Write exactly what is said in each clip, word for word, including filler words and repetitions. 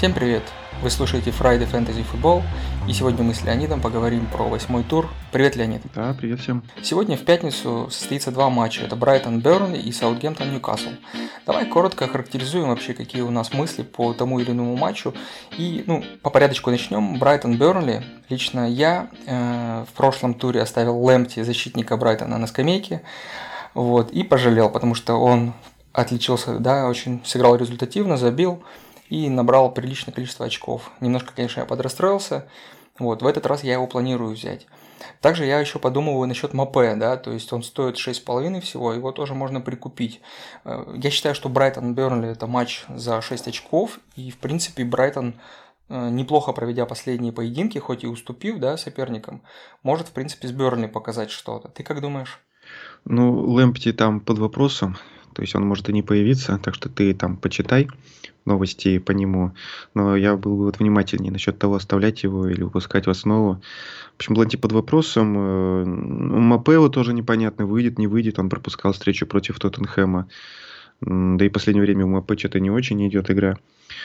Всем привет! Вы слушаете Friday Fantasy Football, и сегодня мы с Леонидом поговорим про восьмой тур. Привет, Леонид! Да, привет всем! Сегодня в пятницу состоится два матча, это Брайтон Бернли и Саутгемптон Ньюкасл. Давай коротко охарактеризуем вообще, какие у нас мысли по тому или иному матчу. И, ну, по порядочку начнем. Брайтон Бернли. Лично я э, в прошлом туре оставил Лэмпти, защитника Брайтона, на скамейке, вот, и пожалел, потому что он отличился, да, очень сыграл результативно, забил и набрал приличное количество очков. Немножко, конечно, я подрастроился. Вот, в этот раз я его планирую взять. Также я еще подумываю насчет Мапе, да, то есть он стоит шесть с половиной всего, его тоже можно прикупить. Я считаю, что Брайтон-Бернли это матч за шесть очков, и в принципе Брайтон, неплохо проведя последние поединки, хоть и уступив, да, соперникам, может в принципе с Бернли показать что-то. Ты как думаешь? Ну, Лэмпти там под вопросом, то есть он может и не появиться, так что ты там почитай новости по нему. Но я был бы вот внимательнее насчет того, оставлять его или выпускать в основу. В общем, Лэмпти под вопросом. Э, Мапео тоже непонятно, выйдет, не выйдет. Он пропускал встречу против Тоттенхэма. М, Да и в последнее время у Мапе что-то не очень идет игра.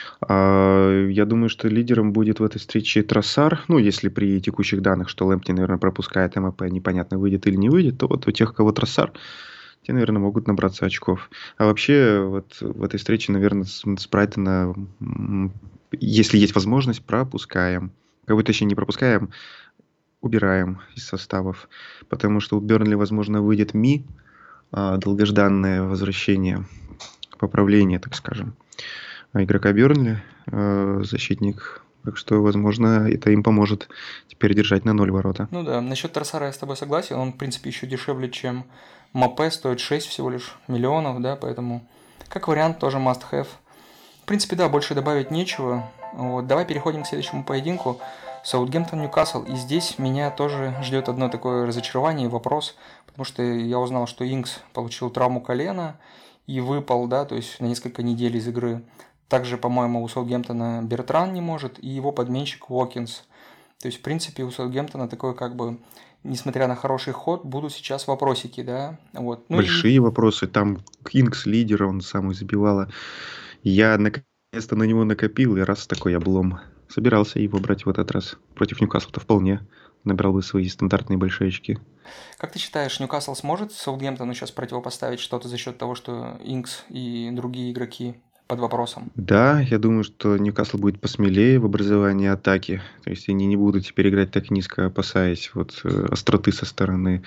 А, Я думаю, что лидером будет в этой встрече Троссар. Ну, если при текущих данных, что Лэмпти, наверное, пропускает, а Мапе непонятно, выйдет или не выйдет, то вот у тех, кого Троссар, те, наверное, могут набраться очков. А вообще, вот в этой встрече, наверное, с, с Брайтона, м, если есть возможность, пропускаем. Как бы точнее, не пропускаем, убираем из составов. Потому что у Бернли, возможно, выйдет Ми, а, долгожданное возвращение, поправление, так скажем, а игрока Бернли, э, защитник. Так что, возможно, это им поможет теперь держать на ноль ворота. Ну да, насчет Троссара я с тобой согласен, он в принципе еще дешевле, чем Мапе, стоит шесть всего лишь миллионов, да, поэтому как вариант тоже must have. В принципе, да, больше добавить нечего. Вот, давай переходим к следующему поединку. Саутгемптон Ньюкасл. И здесь меня тоже ждет одно такое разочарование и вопрос, потому что я узнал, что Инкс получил травму колена и выпал, да, то есть на несколько недель из игры. Также, по-моему, у Саутгемптона Бертран не может, и его подменщик Уокинс. То есть, в принципе, у Саутгемптона такой, как бы, несмотря на хороший ход, будут сейчас вопросики, да, вот. Ну и Большие вопросы. Там Инкс лидер, он самый забивала. Я наконец-то на него накопил, и раз такой облом. Собирался его брать в этот раз. Против Ньюкасла-то вполне набрал бы свои стандартные большие очки. как ты считаешь, Ньюкасл сможет Саутгемптону сейчас противопоставить что-то за счет того, что Инкс и другие игроки под вопросом? Да, я думаю, что Ньюкасл будет посмелее в образовании атаки. То есть они не будут теперь играть так низко, опасаясь вот э, остроты со стороны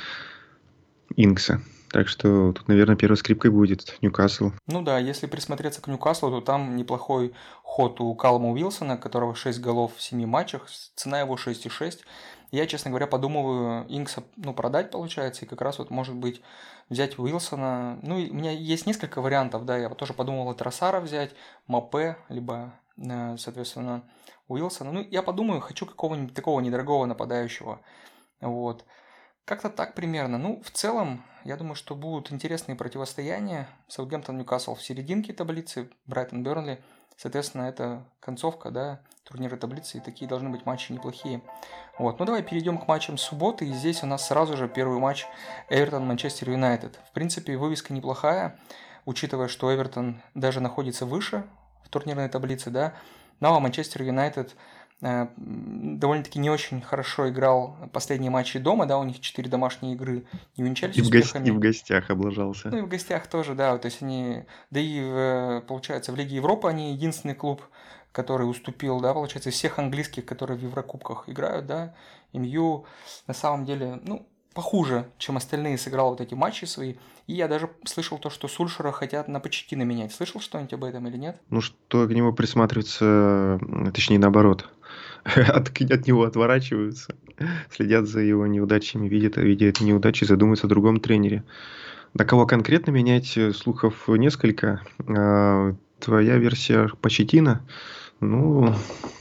Инкса. Так что тут, наверное, первой скрипкой будет Ньюкасл. Ну да, если присмотреться к Ньюкаслу, то там неплохой ход у Калума Уилсона, которого шесть голов в семи матчах, цена его шесть и шесть. Я, честно говоря, подумываю Инкса, ну, продать, получается, и как раз вот, может быть, взять Уилсона. Ну, и у меня есть несколько вариантов, да, я вот тоже подумывал Троссара взять, Мапе, либо, э, соответственно, Уилсона. Ну, я подумаю, хочу какого-нибудь такого недорогого нападающего, вот. Как-то так примерно. Ну, в целом, я думаю, что будут интересные противостояния. Саутгемптон-Ньюкасл в серединке таблицы, Брайтон-Бернли. Соответственно, это концовка, да, турнира таблицы, и такие должны быть матчи неплохие. Вот, ну давай перейдем к матчам субботы, и здесь у нас сразу же первый матч Эвертон-Манчестер Юнайтед. В принципе, вывеска неплохая, учитывая, что Эвертон даже находится выше в турнирной таблице, да, но Манчестер Юнайтед э, довольно-таки не очень хорошо играл последние матчи дома, да, у них четыре домашние игры не увенчались И в, гос- и в успехами. гостях Ну облажался. и в гостях тоже, да, то есть они, да и в, получается в Лиге Европы они единственный клуб, который уступил, да, получается, из всех английских, которые в Еврокубках играют, да, МЮ на самом деле, ну, похуже, чем остальные сыграл вот эти матчи свои. И я даже слышал то, что Сульшера хотят на Почеттино менять. Слышал что-нибудь об этом или нет? Ну, что к нему присматриваться, м, точнее, наоборот, от, к- от него отворачиваются, следят за его неудачами, видят, видят эти неудачи, задумываются о другом тренере. На кого конкретно менять, э, слухов несколько. А, Твоя версия Почеттино? Ну,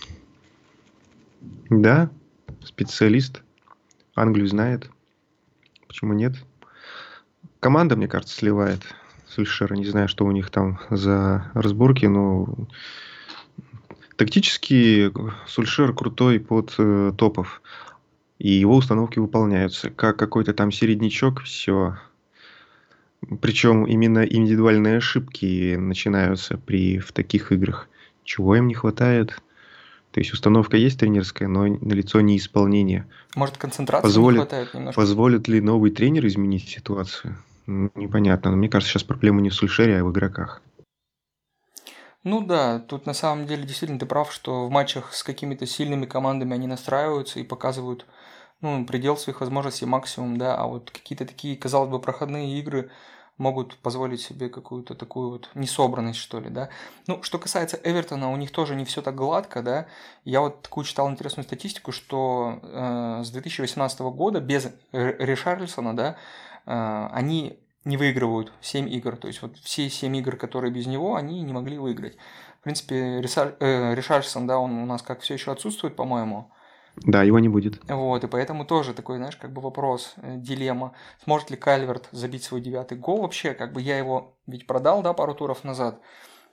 да, специалист, Англию знает, почему нет? Команда, мне кажется, сливает Сульшера. Не знаю, что у них там за разборки, но тактически Сульшер крутой под э, топов. И его установки выполняются. Как какой-то там середнячок, все. Причем именно индивидуальные ошибки начинаются при, в таких играх. чего им не хватает. То есть установка есть тренерская, но налицо неисполнение. Может, концентрации не Позволит, хватает немножко? позволит ли новый тренер изменить ситуацию? М, Непонятно. Но мне кажется, сейчас проблема не в Сульшере, а в игроках. Ну да, тут на самом деле действительно ты прав, что в матчах с какими-то сильными командами они настраиваются и показывают, ну, предел своих возможностей, максимум, да, а вот какие-то такие, казалось бы, проходные игры могут позволить себе какую-то такую вот несобранность, что ли, да. Ну, что касается Эвертона, у них тоже не все так гладко, да. Я вот такую читал интересную статистику, что э, с две тысячи восемнадцатого года без Р- Ришарлисона, да, э, они не выигрывают семь игр. То есть вот все семь игр, которые без него, они не могли выиграть. В принципе, Рисар- э, Ришарлисон, да, он у нас как все еще отсутствует, по-моему. Да, его не будет. Вот, и поэтому тоже такой, знаешь, как бы вопрос, э, дилемма. Сможет ли Кальверт забить свой девятый гол вообще? Как бы я его ведь продал, да, пару туров назад.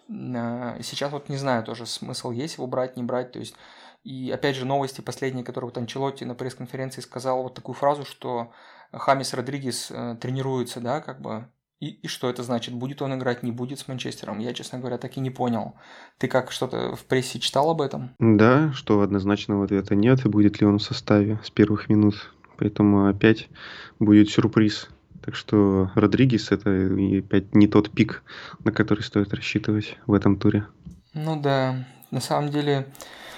Э, Сейчас вот не знаю тоже, смысл есть его брать, не брать. То есть, и опять же новости последние, которые вот Анчелотти на пресс-конференции сказал вот такую фразу, что Хамис Родригес э, тренируется, да, как бы. И, и что это значит? Будет он играть, не будет с Манчестером? Я, честно говоря, так и не понял. Ты как, что-то в прессе читал об этом? Да, что однозначного ответа нет, и будет ли он в составе с первых минут. Поэтому опять будет сюрприз. Так что Родригес это и опять не тот пик, на который стоит рассчитывать в этом туре. Ну да, на самом деле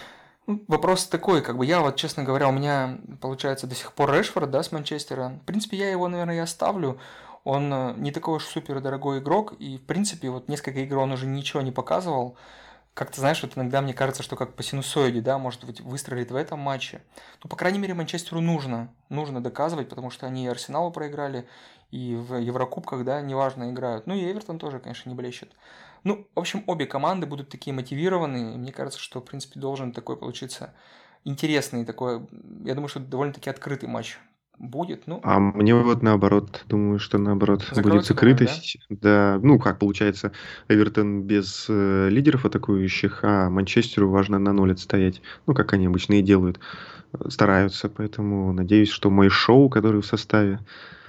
ну, вопрос такой, как бы я вот, честно говоря, у меня получается до сих пор Решфорд, да, с Манчестера. В принципе, я его, наверное, и оставлю. Он э, не такой уж супер дорогой игрок, и, в принципе, вот несколько игр он уже ничего не показывал. Как-то, знаешь, вот иногда мне кажется, что как по синусоиде, да, может быть, выстрелит в этом матче. Ну, по крайней мере, Манчестеру нужно, нужно доказывать, потому что они и Арсеналу проиграли, и в Еврокубках, да, неважно, играют. Ну, и Эвертон тоже, конечно, не блещет. Ну, в общем, обе команды будут такие мотивированные, и мне кажется, что, в принципе, должен такой получиться интересный такой, я думаю, что довольно-таки открытый матч будет. Ну, А мне вот наоборот, думаю, что наоборот будет закроется, думаешь, да? закрытость. Да, ну как получается, Эвертон без э, лидеров атакующих, а Манчестеру важно на ноль отстоять. Ну, как они обычно и делают. Э, Стараются, поэтому надеюсь, что мой шоу, который в составе,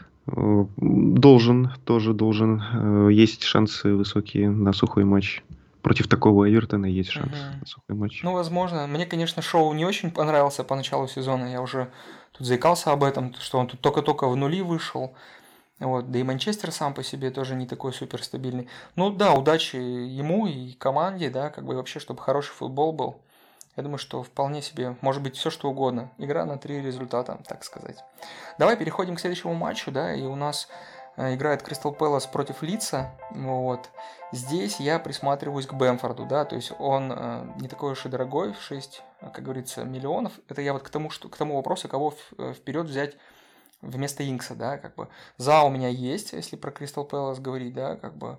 э, должен, тоже должен, э, есть шансы высокие на сухой матч. Против такого Эвертона есть шанс Мгм. на сухой матч. Ну, возможно. Мне, конечно, шоу не очень понравился по началу сезона. Я уже тут заикался об этом, что он тут только-только в нули вышел. Вот. Да и Манчестер сам по себе тоже не такой супер стабильный. Ну да, удачи ему и команде, да, как бы вообще, чтобы хороший футбол был. Я думаю, что вполне себе, может быть, все что угодно. Игра на три результата, так сказать. Давай переходим к следующему матчу, да, и у нас э, играет Кристал Пэлас против Лидса, вот. Здесь я присматриваюсь к Бэмфорду, да, то есть он э, не такой уж и дорогой, шесть, как говорится, миллионов. Это я вот к тому, что, к тому вопросу, кого вперед взять вместо Инкса, да, как бы. За у меня есть, если про Кристал Пэлас говорить, да, как бы.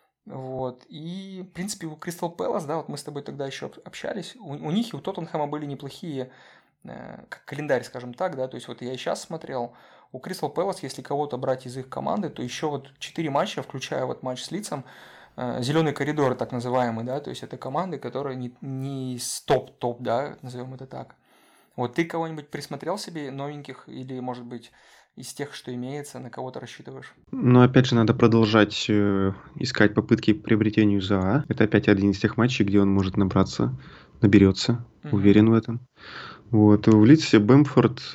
Вот. И, в принципе, у Кристал Пэлас, да, вот мы с тобой тогда еще общались, у, у них и у Тоттенхэма были неплохие, э, как календарь, скажем так, да, то есть вот я и сейчас смотрел, у Кристал Пэлас, если кого-то брать из их команды, то еще вот четыре матча, включая вот матч с Лидсом, э, зеленый коридор так называемый, да, то есть это команды, которые не, не топ-топ, да, назовем это так. Вот ты кого-нибудь присмотрел себе новеньких или, может быть, из тех, что имеется, на кого-то рассчитываешь? Но опять же надо продолжать э, искать попытки к приобретению ЗА. Это опять один из тех матчей, где он может набраться, наберется, Мгм. уверен в этом. Вот. В Лидсе Бэмфорд... э,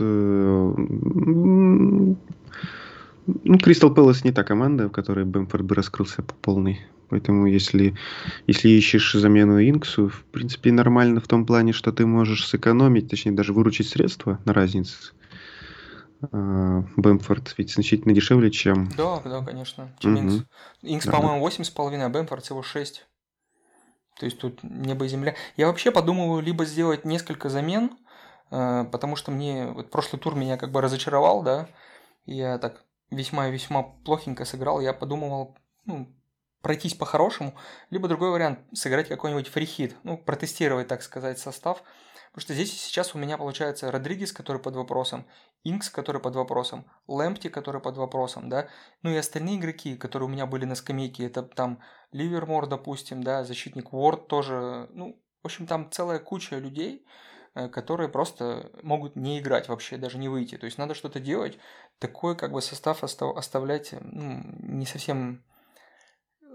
м, ну, Кристал Пэлас не та команда, в которой Бэмфорд бы раскрылся по полной. Поэтому если, если ищешь замену Инксу, в принципе, нормально в том плане, что ты можешь сэкономить, точнее, даже выручить средства на разнице. А, Бэмфорд ведь значительно дешевле, чем... Да, да, конечно, чем Инкс. Мгм. Инкс, Да, да. по-моему, восемь с половиной, а Бэмфорд всего шесть. То есть тут небо и земля. Я вообще подумываю либо сделать несколько замен, э, потому что мне вот прошлый тур меня как бы разочаровал, да. Я так весьма-весьма плохенько сыграл. Я подумывал, ну, пройтись по-хорошему, либо другой вариант, сыграть какой-нибудь фрихит, ну, протестировать, так сказать, состав. Потому что здесь и сейчас у меня получается Родригес, который под вопросом, Инкс, который под вопросом, Лэмпти, который под вопросом, да, ну и остальные игроки, которые у меня были на скамейке, это там Ливермор, допустим, да, защитник Уорд тоже, ну, в общем, там целая куча людей, э, которые просто могут не играть вообще, даже не выйти. То есть надо что-то делать, такой как бы состав оста- оставлять, ну, не совсем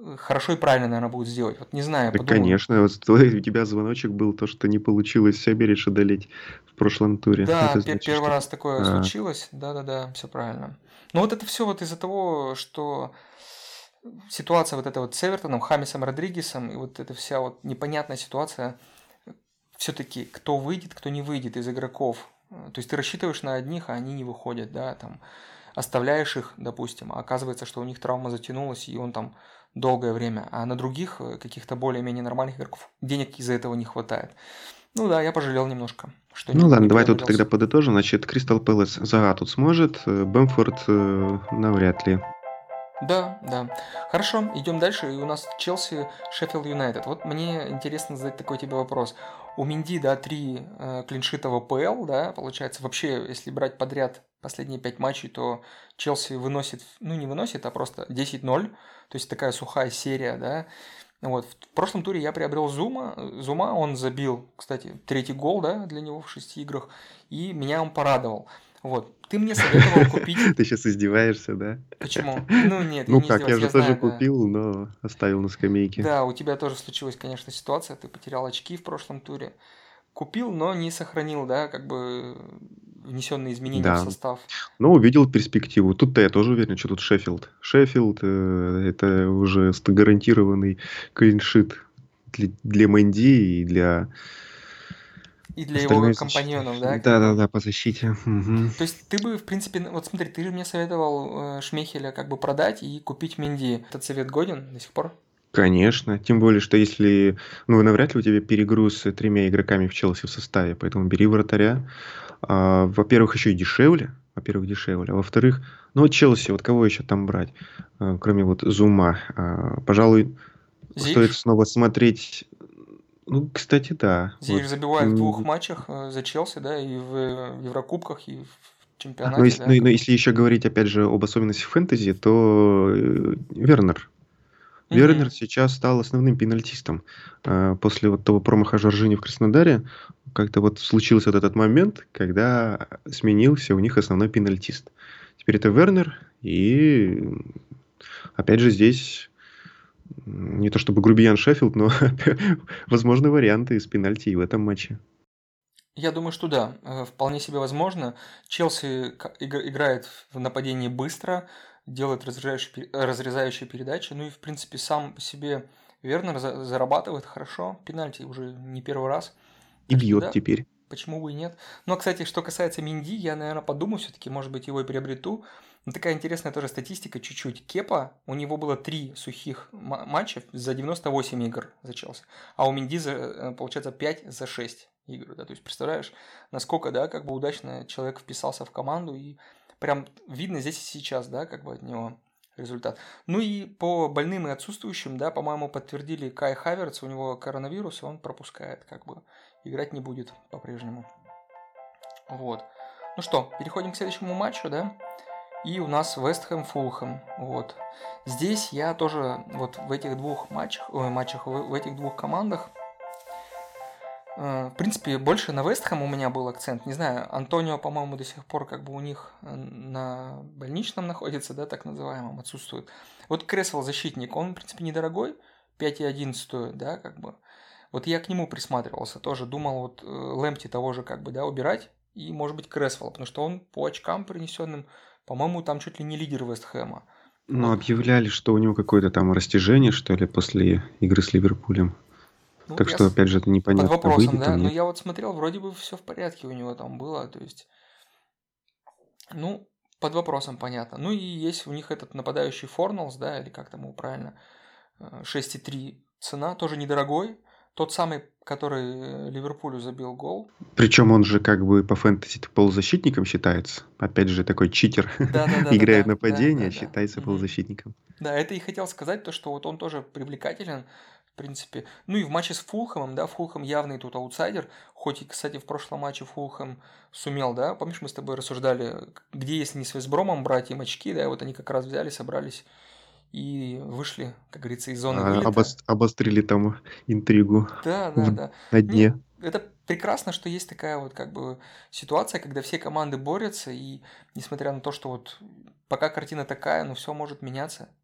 э, хорошо и правильно, наверное, будут сделать. Вот не знаю, Да, подумаю. конечно, вот твой- у тебя звоночек был то, что не получилось Себеридж одолеть в прошлом туре. Да, Это пе- значит, первый что... раз такое А, случилось. Да-да-да, все правильно. Но вот это все вот из-за того, что ситуация вот эта вот с Эвертоном, Хамисом Родригесом, и вот эта вся вот непонятная ситуация, все-таки кто выйдет, кто не выйдет из игроков. Э, То есть ты рассчитываешь на одних, а они не выходят, да, там оставляешь их, допустим, а оказывается, что у них травма затянулась, и он там долгое время, а на других э, каких-то более-менее нормальных игроков денег из-за этого не хватает. Ну да, я пожалел немножко, что Ну не, ладно, не давай тут тогда приобрелся. подытожим. Значит, Кристал Пэлас за тут сможет, э, Бэмфорд э, навряд ли. Да, да. Хорошо, идем дальше. И у нас Челси, Шеффилд Юнайтед. Вот мне интересно задать такой тебе вопрос. У Минди, да, три э, клиншита в АПЛ, да, получается. Вообще, если брать подряд последние пять матчей, то Челси выносит, ну не выносит, а просто десять ноль. То есть такая сухая серия, да. Вот. В прошлом туре я приобрел Зума. Зума, он забил, кстати, третий гол, да, для него в шести играх. И меня он порадовал. Вот. Ты мне советовал купить. Ты сейчас издеваешься, да? Почему? Ну нет, я Ну не как, я издеваюсь, же я тоже знаю, да. купил, но оставил на скамейке. Да, у тебя тоже случилась, конечно, ситуация, ты потерял очки в прошлом туре. Купил, но не сохранил, да, как бы внесенные изменения в Да, состав. но увидел перспективу. Тут-то я тоже уверен, что тут Шеффилд. Шеффилд э, это уже ст- гарантированный клиншит для, для Мэнди и для И для его остальной защиты. компаньонов, да, как бы. Да-да-да, по защите. Мгм. То есть ты бы, в принципе, н- вот смотри, ты же мне советовал э, Шмейхеля как бы продать и купить Менди. Этот совет годен до сих пор? Конечно. Тем более, что если... Ну, навряд ли у тебя перегруз с тремя игроками в Челси в составе, поэтому бери вратаря. А, во-первых, еще и дешевле. Во-первых, дешевле. А во-вторых, ну, вот Челси, вот кого еще там брать, А, кроме вот Зума? А, пожалуй, стоит Зиеш? снова смотреть. Ну, кстати, да. Зиеш Вот. забивает в двух м, матчах э, за Челси, да, и в э, в Еврокубках, и в Но чемпионате, если, да, но, но как бы. если еще говорить, опять же, об особенностях фэнтези, то э, Вернер. Вернер Мгм. сейчас стал основным пенальтистом. А, После вот того промаха Жоржини в Краснодаре как-то вот случился вот этот момент, когда сменился у них основной пенальтист. Теперь это Вернер, и опять же здесь м, не то чтобы грубиян Шеффилд, но возможны варианты из пенальти и в этом матче. Я думаю, что да, э, вполне себе возможно. Челси ка- игр- играет в нападении быстро, делает разрезающие, пе- э, разрезающие передачи. Ну и, в принципе, сам по себе Вернер за- зарабатывает хорошо. Пенальти уже не первый раз. И Так что бьет да, теперь. почему бы и нет. Но, кстати, что касается Минди, я, наверное, подумаю все-таки, может быть, его и приобрету. Но такая интересная тоже статистика чуть-чуть. Кепа, у него было три сухих ма- матча за девяносто восемь игр за Челси. А у Минди, за, э, получается, пять за шесть игр. Да? То есть, представляешь, насколько, да, как бы удачно человек вписался в команду. И прям видно здесь и сейчас, да, как бы от него результат. Ну и по больным и отсутствующим, да, по-моему, подтвердили Кай Хаверц, у него коронавирус, и он пропускает, как бы, играть не будет по-прежнему. Вот. Ну что, переходим к следующему матчу, да? И у нас Вест Хэм Фулхэм. Вот. Здесь я тоже вот в этих двух матчах, ой, матчах, в, в этих двух командах, э, в принципе, больше на Вест Хэм у меня был акцент. Не знаю, Антонио, по-моему, до сих пор как бы у них э, на больничном находится, да, так называемом, отсутствует. Вот Кресвелл защитник, он, в принципе, недорогой, пять и один стоит, да, как бы. Вот я к нему присматривался тоже, думал вот э, Лэмпти того же как бы, да, убирать, и, может быть, Кресвелл, потому что он по очкам принесенным, по-моему, там чуть ли не лидер Вест Хэма. Ну, Вот. объявляли, что у него какое-то там растяжение, что ли, после игры с Ливерпулем. Ну вот Так я что, с- опять же, это под непонятно, вопросом, выйдет да, он, но нет. я вот смотрел, вроде бы все в порядке у него там было, то есть, ну, под вопросом понятно. Ну и есть у них этот нападающий Форнелс, да, или как там его правильно, э, шесть и три цена, тоже недорогой, тот самый, который э, Ливерпулю забил гол. Причем он же как бы по фэнтези полузащитником считается. Опять же, такой читер. Играет Да-да-да-да-да, нападение, да-да-да. считается Мгм. полузащитником. Да, это и хотел сказать, то, что вот он тоже привлекателен, в принципе. Ну и в матче с Фулхэмом, да, Фулхэм явный тут аутсайдер, хоть и, кстати, в прошлом матче Фулхэм сумел, да, помнишь, мы с тобой рассуждали, где, если не с Вестбромом брать им очки, да, и вот они как раз взяли, собрались и вышли, как говорится, из зоны А, вылета. обос- обострили там интригу Да, да, в- да. на Не, дне. это прекрасно, что есть такая вот как бы ситуация, когда все команды борются, и несмотря на то, что вот пока картина такая, но все может меняться.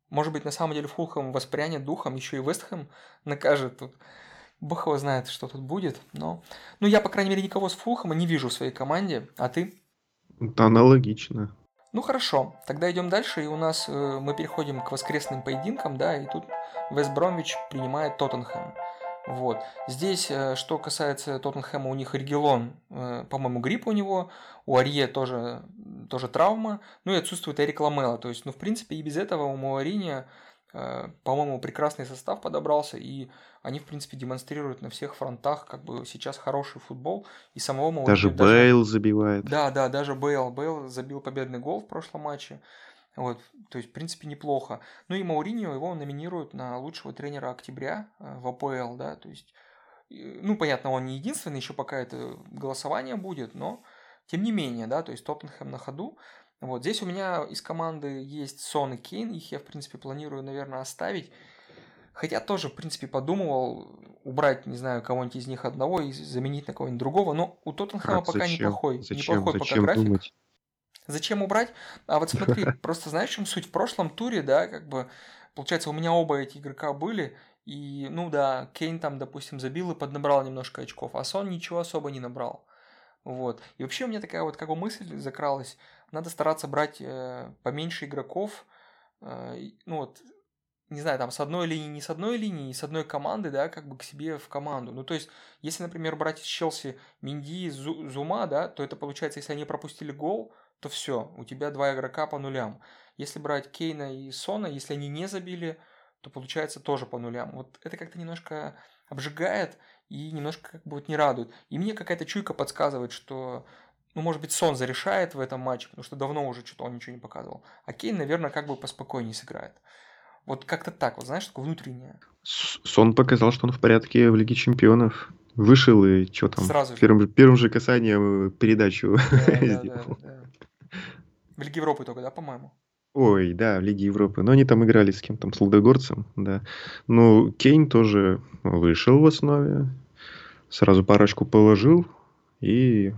Может быть, на самом деле Фулхэм воспрянет духом, еще и Вестхэм накажет тут. Бог его знает, что тут будет, но... Ну, я, по крайней мере, никого с Фулхэма не вижу в своей команде, а ты? Это аналогично. Ну, хорошо, тогда идем дальше, и у нас э, мы переходим к воскресным поединкам, да, и тут Вест Бромвич принимает Тоттенхэм. Вот. Здесь, э, что касается Тоттенхэма, у них Регилон, э, по-моему, грипп у него, у Арье тоже, тоже травма, ну и отсутствует Эрик Ламела. То есть, ну, в принципе, и без этого у Муариньо, э, по-моему, прекрасный состав подобрался, и они, в принципе, демонстрируют на всех фронтах как бы сейчас хороший футбол, и самого Даже Мауриньо даже... Бейл забивает. Да, да, даже Бейл. Бейл забил победный гол в прошлом матче. Вот, то есть, в принципе, неплохо. Ну и Мауриньо его номинируют на лучшего тренера октября э, в А П Л, да, то есть, э, ну, понятно, он не единственный, еще пока это голосование будет, но тем не менее, да, то есть Тоттенхэм на ходу. Вот, здесь у меня из команды есть Сон и Кейн, их я, в принципе, планирую, наверное, оставить. Хотя тоже, в принципе, подумывал убрать, не знаю, кого-нибудь из них одного и заменить на кого-нибудь другого, но у Тоттенхэма Как, пока зачем? неплохой, Зачем? неплохой пока Зачем график. думать? Зачем убрать? А вот смотри, просто знаешь, в чем суть? В прошлом туре, да, как бы, получается, у меня оба эти игрока были, и, ну да, Кейн там, допустим, забил и поднабрал немножко очков, а Сон ничего особо не набрал. Вот. И вообще у меня такая вот как бы мысль закралась, надо стараться брать э, поменьше игроков, э, и, ну вот, не знаю, там с одной линии, не с одной линии, с одной команды, да, как бы к себе в команду. Ну, то есть, если, например, брать из Челси Минди, Зу- Зума, да, то это получается, если они пропустили гол, то все, у тебя два игрока по нулям. Если брать Кейна и Сона, если они не забили, то получается тоже по нулям. Вот это как-то немножко обжигает и немножко как бы вот не радует. И мне какая-то чуйка подсказывает, что, ну, может быть, Сон зарешает в этом матче, потому что давно уже что-то он ничего не показывал. А Кейн, наверное, как бы поспокойнее сыграет. Вот как-то так, вот знаешь, такое внутреннее. С- Сон показал, что он в порядке в Лиге Чемпионов. Вышел и что там, Сразу же. первым, первым же касанием передачу Да, да, да, да, сделал. да. В Лиге Европы только, да, по-моему? Ой, да, в Лиге Европы. Но они там играли с кем-то, с Лудогорцем, да. Ну, Кейн тоже вышел в основе, сразу парочку положил, и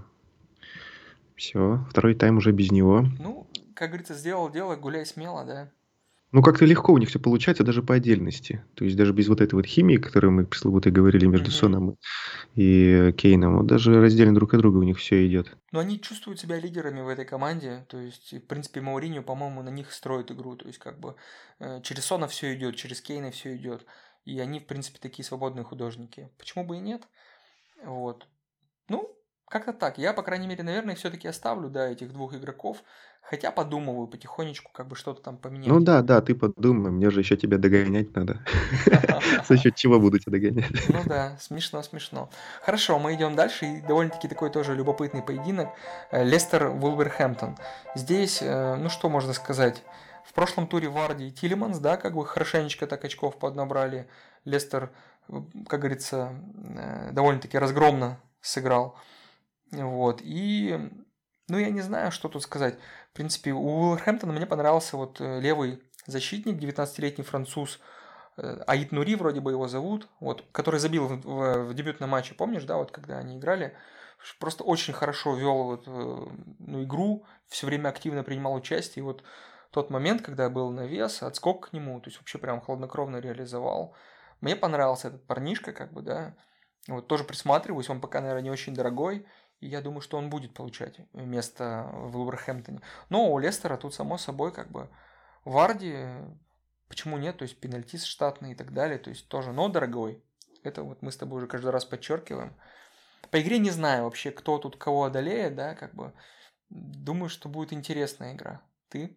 все, второй тайм уже без него. Ну, как говорится, сделал дело, гуляй смело, да. Ну, как-то легко у них все получается, даже по отдельности. То есть даже без вот этой вот химии, которую мы пресловуто говорили между Мгм. Соном и Кейном, вот даже раздельно друг от друга у них все идет. Но они чувствуют себя лидерами в этой команде, то есть, в принципе, Мауриньо, по-моему, на них строит игру, то есть, как бы, э, через Сона все идет, через Кейна все идет, и они, в принципе, такие свободные художники. Почему бы и нет? Вот. Ну, как-то так. Я, по крайней мере, наверное, все-таки оставлю, да, этих двух игроков, хотя подумываю потихонечку, как бы что-то там Ну поменять. да, да, ты подумай, мне же еще тебя догонять надо. За счет чего буду тебя догонять? Ну да, смешно, смешно. Хорошо, мы идем дальше, и довольно-таки такой тоже любопытный поединок. Э, Лестер-Вулверхэмптон. Здесь, э, ну что можно сказать, в прошлом туре Варди и Тилеманс, да, как бы хорошенечко так очков поднабрали. Лестер, э, как говорится, э, довольно-таки разгромно сыграл. Вот, и, ну я не знаю, что тут сказать. В принципе, у Вулверхэмптона мне понравился вот э, левый защитник, девятнадцатилетний француз, э, Аид Нури вроде бы его зовут, вот, который забил в, в- в дебютном матче, помнишь, да, вот когда они играли, Ш- просто очень хорошо вел вот, э, ну, игру, все время активно принимал участие, и вот тот момент, когда был навес, отскок к нему, то есть вообще прям хладнокровно реализовал. Мне понравился этот парнишка, как бы, да, вот тоже присматриваюсь, он пока, наверное, не очень дорогой, и я думаю, что он будет получать место в Вулверхэмптоне. Но у Лестера тут, само собой, как бы, Варди, почему нет, то есть пенальтист штатный и так далее, то есть тоже, но дорогой. Это вот мы с тобой уже каждый раз подчеркиваем. По игре не знаю вообще, кто тут кого одолеет, да, как бы. Думаю, что будет интересная игра. Ты?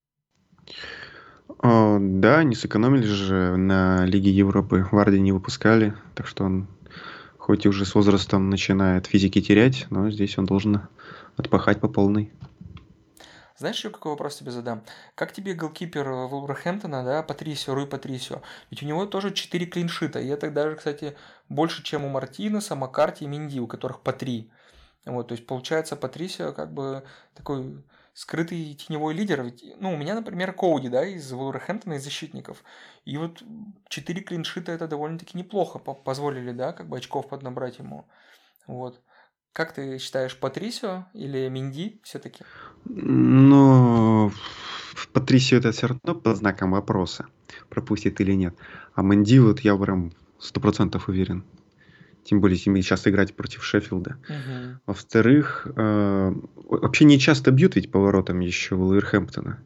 О, да, не сэкономили же на Лиге Европы. Варди не выпускали, так что он хоть и уже с возрастом начинает физики терять, но здесь он должен отпахать по полной. Знаешь, еще какой вопрос тебе задам? Как тебе голкипер э, Вулверхэмптона, да, Патрисио, Руй Патрисио? Ведь у него тоже четыре клиншита, и это даже, кстати, больше, чем у Мартинеса, Маккарти и Минди, у которых по три. Вот, то есть, получается, Патрисио как бы такой скрытый теневой лидер. Ведь, ну, у меня, например, Коуди, да, из Вулверхэмптона, из защитников. И вот четыре клиншита это довольно-таки неплохо по- позволили, да, как бы очков поднабрать ему. Вот. Как ты считаешь, Патрисио или Менди все-таки? Но в Патрисио это все равно под знаком вопроса, пропустит или нет. А Менди вот я прям сто процентов уверен. Тем более, если сейчас играть против Шеффилда. Угу. Во-вторых, э, вообще не часто бьют ведь поворотом еще Вулверхэмптона.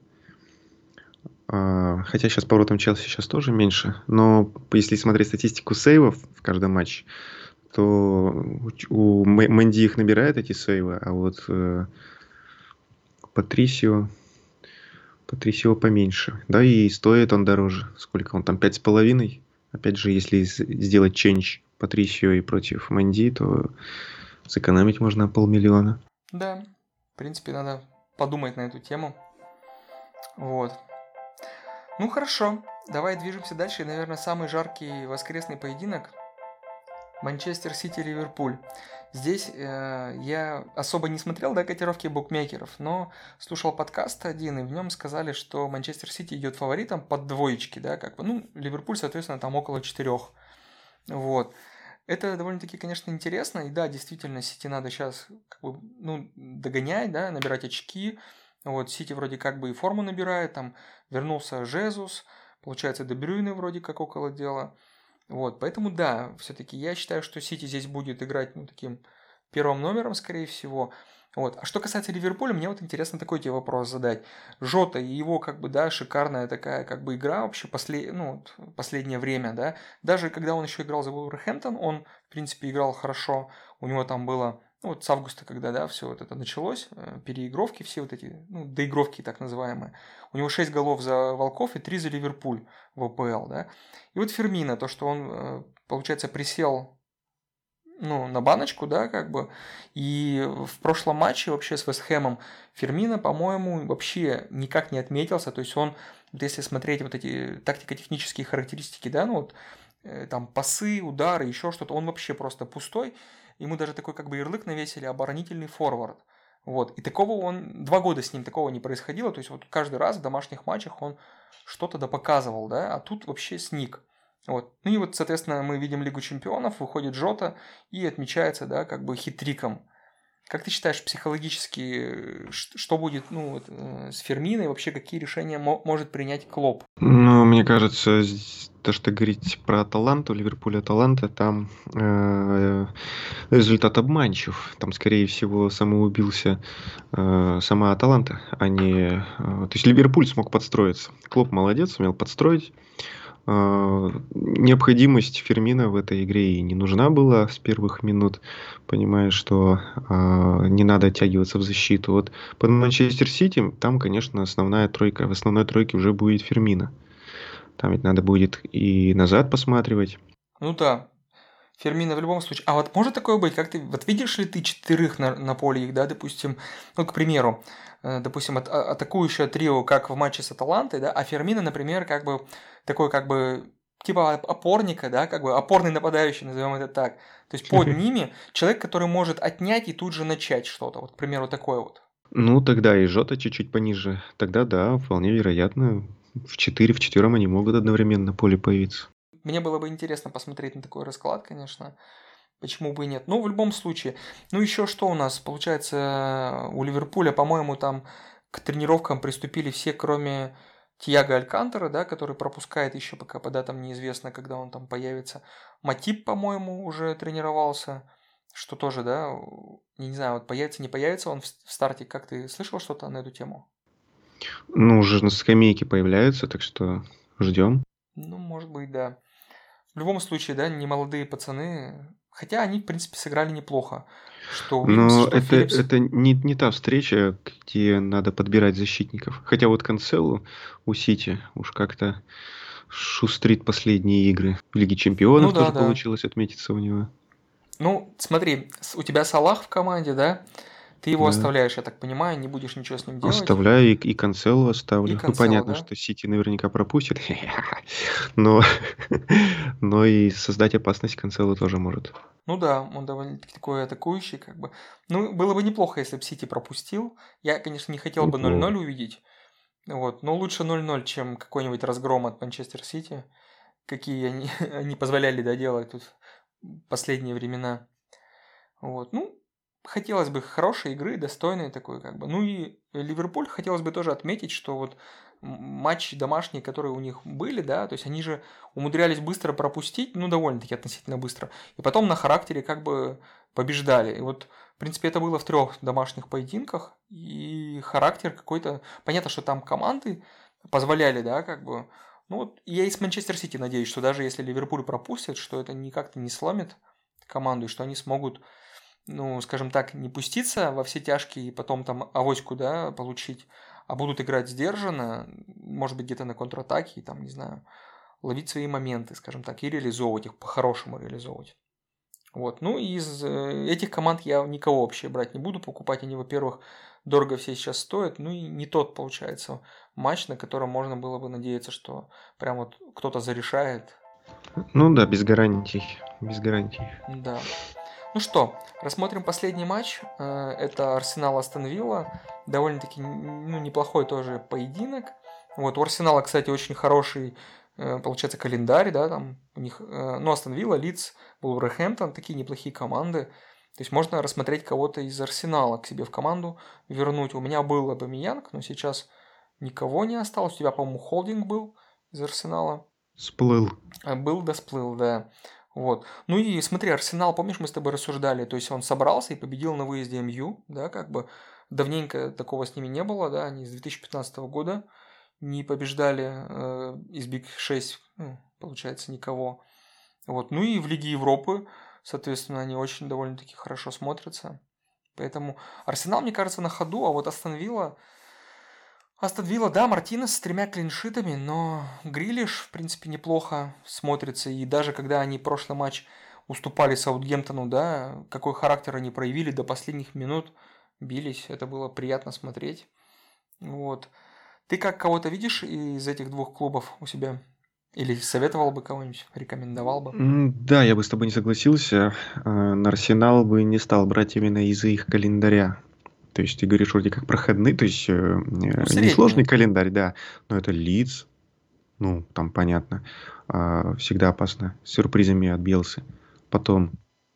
А, Хотя сейчас поворотом Челси сейчас тоже меньше. Но если смотреть статистику сейвов в каждом матче, то у Ч- у Мэ- Мэнди их набирает, эти сейвы, а вот э, Патрисио, Патрисио поменьше. Да, и стоит он дороже. Сколько он там, пять с половиной? Опять же, если с- сделать ченч Патрисио и против Мэнди, то сэкономить можно полмиллиона. Да, в принципе, надо подумать на эту тему. Вот. Ну хорошо, давай движемся дальше. И, наверное, самый жаркий воскресный поединок Манчестер Сити-Ливерпуль. Здесь э, я особо не смотрел, да, котировки букмекеров, но слушал подкаст один, и в нем сказали, что Манчестер Сити идет фаворитом под двоечки, да, как бы, ну, Ливерпуль, соответственно, там около четырех. Вот. Это довольно-таки, конечно, интересно, и да, действительно, Сити надо сейчас, как бы, ну, догонять, да, набирать очки. Вот, Сити вроде как бы и форму набирает, там вернулся Жезус, получается, Де Брюйне вроде как около дела. Вот, поэтому да, все-таки я считаю, что Сити здесь будет играть, ну, таким первым номером, скорее всего. Вот. А что касается Ливерпуля, мне вот интересно такой тебе вопрос задать. Жота и его, как бы, да, шикарная такая, как бы, игра вообще послед... ну, вот, последнее время, да. Даже когда он еще играл за Вулверхэмптон, он, в принципе, играл хорошо. У него там было, ну, вот с августа, когда, да, все вот это началось, э, переигровки, все вот эти, ну, доигровки так называемые. У него шесть голов за Волков и три за Ливерпуль в АПЛ, да. И вот Фермина, то, что он, э, получается, присел, ну, на баночку, да, как бы, и в прошлом матче вообще с Вестхэмом Фермина, по-моему, вообще никак не отметился, то есть он, вот если смотреть вот эти тактико-технические характеристики, да, ну вот, э, там пасы, удары, еще что-то, он вообще просто пустой, ему даже такой как бы ярлык навесили оборонительный форвард. Вот. И такого он, два года с ним такого не происходило, то есть вот каждый раз в домашних матчах он что-то допоказывал, да, а тут вообще сник. Вот. Ну и вот, соответственно, мы видим Лигу Чемпионов, выходит Жота и отмечается, да, как бы хитриком. Как ты считаешь, психологически, э, ш- что будет, ну, вот, э, с Ферминой, вообще какие решения мо- может принять Клоп? Ну, мне кажется, з- то, что говорить про Аталанту, Ливерпуль Аталанта, там э, результат обманчив. Там, скорее всего, самоубился э, сама Аталанта, а не... э, то есть Ливерпуль смог подстроиться. Клоп молодец, сумел подстроить. Э, необходимость Фермина в этой игре и не нужна была с первых минут, понимая, что э, не надо оттягиваться в защиту. Вот под Манчестер Сити, там, конечно, основная тройка, в основной тройке уже будет Фермина. Там ведь надо будет и назад посматривать. Ну да, Фермина в любом случае. А вот может такое быть, как ты, вот видишь ли ты четырех на, на поле их, да, допустим, ну, к примеру, э, допустим, от- а- атакующее трио, как в матче с Аталантой, да, а Фермина, например, как бы такой, как бы, типа оп- опорника, да, как бы опорный нападающий, назовем это так. То есть под ними человек, который может отнять и тут же начать что-то. Вот, к примеру, такое вот. Ну, тогда и Жота чуть-чуть пониже. Тогда да, вполне вероятно. В четыре, в четвером они могут одновременно на поле появиться. Мне было бы интересно посмотреть на такой расклад, конечно. Почему бы и нет? Ну, в любом случае. Ну, еще что у нас? Получается, у Ливерпуля, по-моему, там к тренировкам приступили все, кроме Тиаго Алькантара, да, который пропускает еще пока по датам неизвестно, когда он там появится. Матип, по-моему, уже тренировался, что тоже, да, я не знаю, вот появится, не появится он в в старте. Как ты слышал что-то на эту тему? Ну, уже на скамейке появляются, так что ждем. Ну, может быть, да. В любом случае, да, не молодые пацаны, хотя они, в принципе, сыграли неплохо. Что Уильямс, Но что это, Филлипс. это не, не та встреча, где надо подбирать защитников. Хотя вот Канцелу у Сити уж как-то шустрит последние игры. В Лиге Ну Чемпионов да, тоже да. получилось отметиться у него. Ну, смотри, с- у тебя Салах в команде, да? Ты его Да. оставляешь, я так понимаю, не будешь ничего с ним делать. Оставляю и, и Канцелу И оставлю. Ну, Канцело, понятно, да? что Сити наверняка пропустит. Но, но и создать опасность Канцелу тоже может. Ну да, он довольно-таки такой атакующий, как бы. Ну, было бы неплохо, если бы Сити пропустил. Я, конечно, не хотел бы Неплохо. ноль ноль увидеть. Вот, но лучше ноль ноль, чем какой-нибудь разгром от Манчестер Сити. Какие они, они позволяли, да, делать тут в последние времена. Вот, ну, хотелось бы хорошей игры, достойной такой, как бы. Ну и Ливерпуль хотелось бы тоже отметить, что вот матчи домашние, которые у них были, да, то есть они же умудрялись быстро пропустить, ну, довольно-таки относительно быстро, и потом на характере как бы побеждали. И вот, в принципе, это было в трех домашних поединках, и характер какой-то... Понятно, что там команды позволяли, да, как бы... Ну, вот я и с Манчестер Сити надеюсь, что даже если Ливерпуль пропустит, что это никак-то не сломит команду, и что они смогут, ну, скажем так, не пуститься во все тяжкие и потом там авоську, да, получить, а будут играть сдержанно, может быть, где-то на контратаке, там, не знаю, ловить свои моменты, скажем так, и реализовывать их, по-хорошему реализовывать. Вот. Ну, и из этих команд я никого вообще брать не буду, покупать они, во-первых, дорого все сейчас стоят, ну и не тот, получается, матч, на котором можно было бы надеяться, что прям вот кто-то зарешает. Ну да, без гарантий, без гарантий. Да. Ну что, рассмотрим последний матч. Это Арсенал-Астон Вилла. Довольно-таки ну, неплохой тоже поединок. Вот, у Арсенала, кстати, очень хороший, получается, календарь, да, там у них, ну, Астон Вилла, Лидс, Вулверхэмптон, такие неплохие команды. То есть можно рассмотреть кого-то из Арсенала к себе в команду, вернуть. У меня был Абамеянг, но сейчас никого не осталось. У тебя, по-моему, Холдинг был из Арсенала. Сплыл. Был, да, сплыл, да. Вот. Ну и смотри, Арсенал, помнишь, мы с тобой рассуждали, то есть он собрался и победил на выезде МЮ, да, как бы давненько такого с ними не было, да, они с две тысячи пятнадцатого года не побеждали э, из Биг шесть, ну, получается, никого. Вот. Ну и в Лиге Европы, соответственно, они очень довольно-таки хорошо смотрятся. Поэтому Арсенал, мне кажется, на ходу, а вот Астон Вилла... Астон Вилла, да, Мартинес с тремя клиншитами, но Грилиш, в принципе, неплохо смотрится. И даже когда они прошлый матч уступали Саутгемптону, да, какой характер они проявили до последних минут, бились, это было приятно смотреть. Вот. Ты как кого-то видишь из этих двух клубов у себя? Или советовал бы кого-нибудь, рекомендовал бы? Да, я бы с тобой не согласился. На Арсенал бы не стал брать именно из-за их календаря. То есть ты говоришь вроде как проходные, то есть э, Ну, несложный средний. календарь, да, но это Лидс, ну, там понятно, а, всегда опасно, с сюрпризами от Белсы. Потом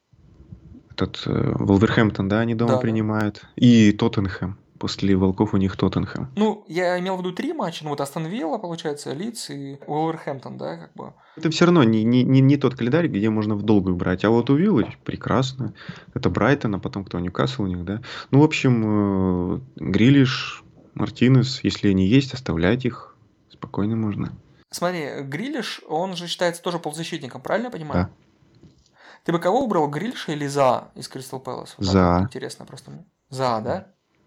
этот э, Вулверхэмптон, да, они дома Да, да. принимают, и Тоттенхэм, после Волков у них Тоттенхэм. Ну, я имел в виду три матча, ну вот Астон Вилла, получается, Лидс и Уолверхэмптон, да, как бы. Это все равно не, не, не, не тот календарь, где можно в долгую брать. А вот у Виллы прекрасно. Это Брайтон, а потом кто? Ньюкасл у них, да? Ну, в общем, э, Грилиш, Мартинес, если они есть, оставлять их спокойно можно. Смотри, Грилиш, он же считается тоже полузащитником, правильно я понимаю? Да. Ты бы кого убрал, Грилиша или За из Кристал Пэлас? Вот так За. вот интересно просто мне. За, да?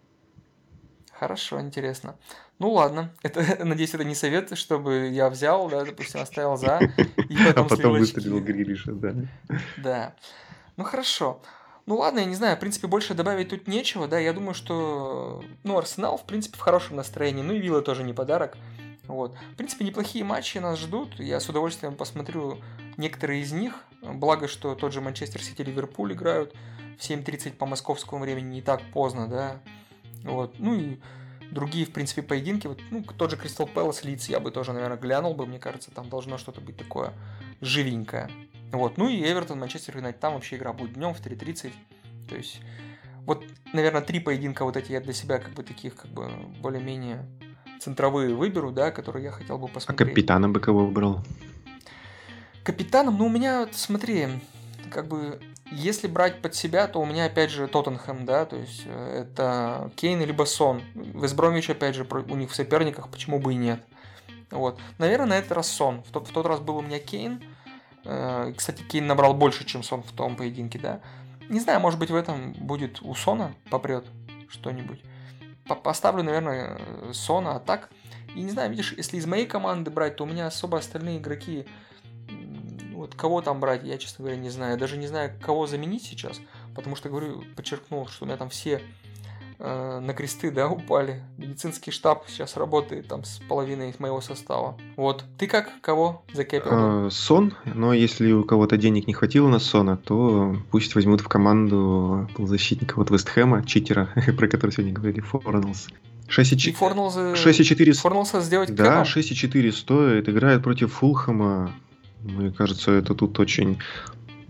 Хорошо, интересно. Ну ладно, это, надеюсь, это не совет, чтобы я взял, да, допустим, оставил За, и А потом потом слил выставил очки. Грилиша, да. Да. Ну хорошо. Ну ладно, я не знаю, в принципе, больше добавить тут нечего, да, я думаю, что, ну, Арсенал, в принципе, в хорошем настроении, ну и Вилла тоже не подарок. Вот. В принципе, неплохие матчи нас ждут, я с удовольствием посмотрю некоторые из них, благо, что тот же Манчестер Сити, Ливерпуль играют в семь тридцать по московскому времени, не так поздно, да, вот, ну и другие, в принципе, поединки, вот, ну, тот же Кристал Пэлас, Лидс, я бы тоже, наверное, глянул бы, мне кажется, там должно что-то быть такое живенькое. Вот, ну и Эвертон, Манчестер Юнайтед, там вообще игра будет днем в три тридцать, то есть, вот, наверное, три поединка вот эти я для себя, как бы, таких, как бы, более-менее центровые выберу, да, которые я хотел бы А посмотреть. капитана бы кого выбрал? Капитаном, ну, у меня, смотри, как бы, если брать под себя, то у меня, опять же, Тоттенхэм, да, то есть, это Кейн либо Сон. Вестбромвич, опять же, у них в соперниках, почему бы и нет. Вот. Наверное, на этот раз Сон. В тот, в тот раз был у меня Кейн. Кстати, Кейн набрал больше, чем Сон в том поединке, да. Не знаю, может быть, в этом будет у Сона попрет что-нибудь. Поставлю, наверное, Сона, а так... И не знаю, видишь, если из моей команды брать, то у меня особо остальные игроки... Вот кого там брать, я, честно говоря, не знаю. Я даже не знаю, кого заменить сейчас, потому что, говорю, подчеркнул, что у меня там все э, на кресты, да, упали. Медицинский штаб сейчас работает там с половиной моего состава. Вот. Ты как? Кого закепил? А, Сон, но если у кого-то денег не хватило на Сона, то пусть возьмут в команду полузащитника вот Вестхэма, читера, про который сегодня говорили, Форнелс. шесть и четыре Форнелса сделать Да, кэпом? шесть и четыре стоит, играет против Фулхэма. Мне кажется, это тут очень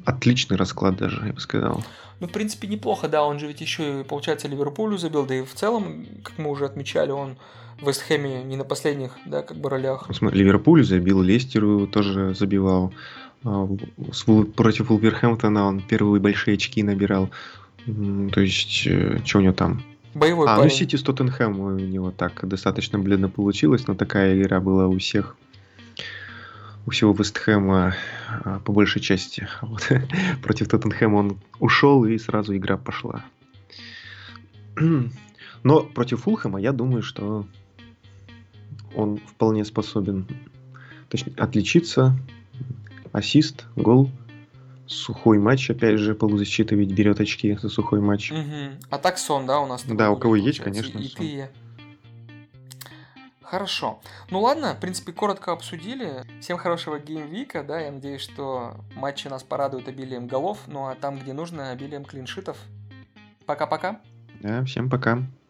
отличный расклад даже, я бы сказал. Ну, в принципе, неплохо, да, он же ведь еще и, получается, Ливерпулю забил, да и в целом, как мы уже отмечали, он в Вест Хэме не на последних, да, как бы ролях. Ливерпуль забил, Лестеру тоже забивал. Против Вулверхэмптона он первые большие очки набирал. То есть, что у него там? Боевой а, парень. ну Сити с Тоттенхэмом у него так достаточно бледно получилось, но такая игра была у всех. У всего Вест Хэма по большей части. Вот. Против Тоттенхэма он ушел, и сразу игра пошла. Но против Фулхэма я думаю, что он вполне способен точнее, отличиться. Ассист, гол. Сухой матч, опять же, полузащита ведь берет очки за сухой матч. Угу. А так Сон, да, у нас? Да, у будет, кого есть, получается, конечно, и Сон. ты, и я. Хорошо. Ну ладно, в принципе, коротко обсудили. Всем хорошего геймвика, да, я надеюсь, что матчи нас порадуют обилием голов, ну а там, где нужно, обилием клиншитов. Пока-пока. Да, всем пока.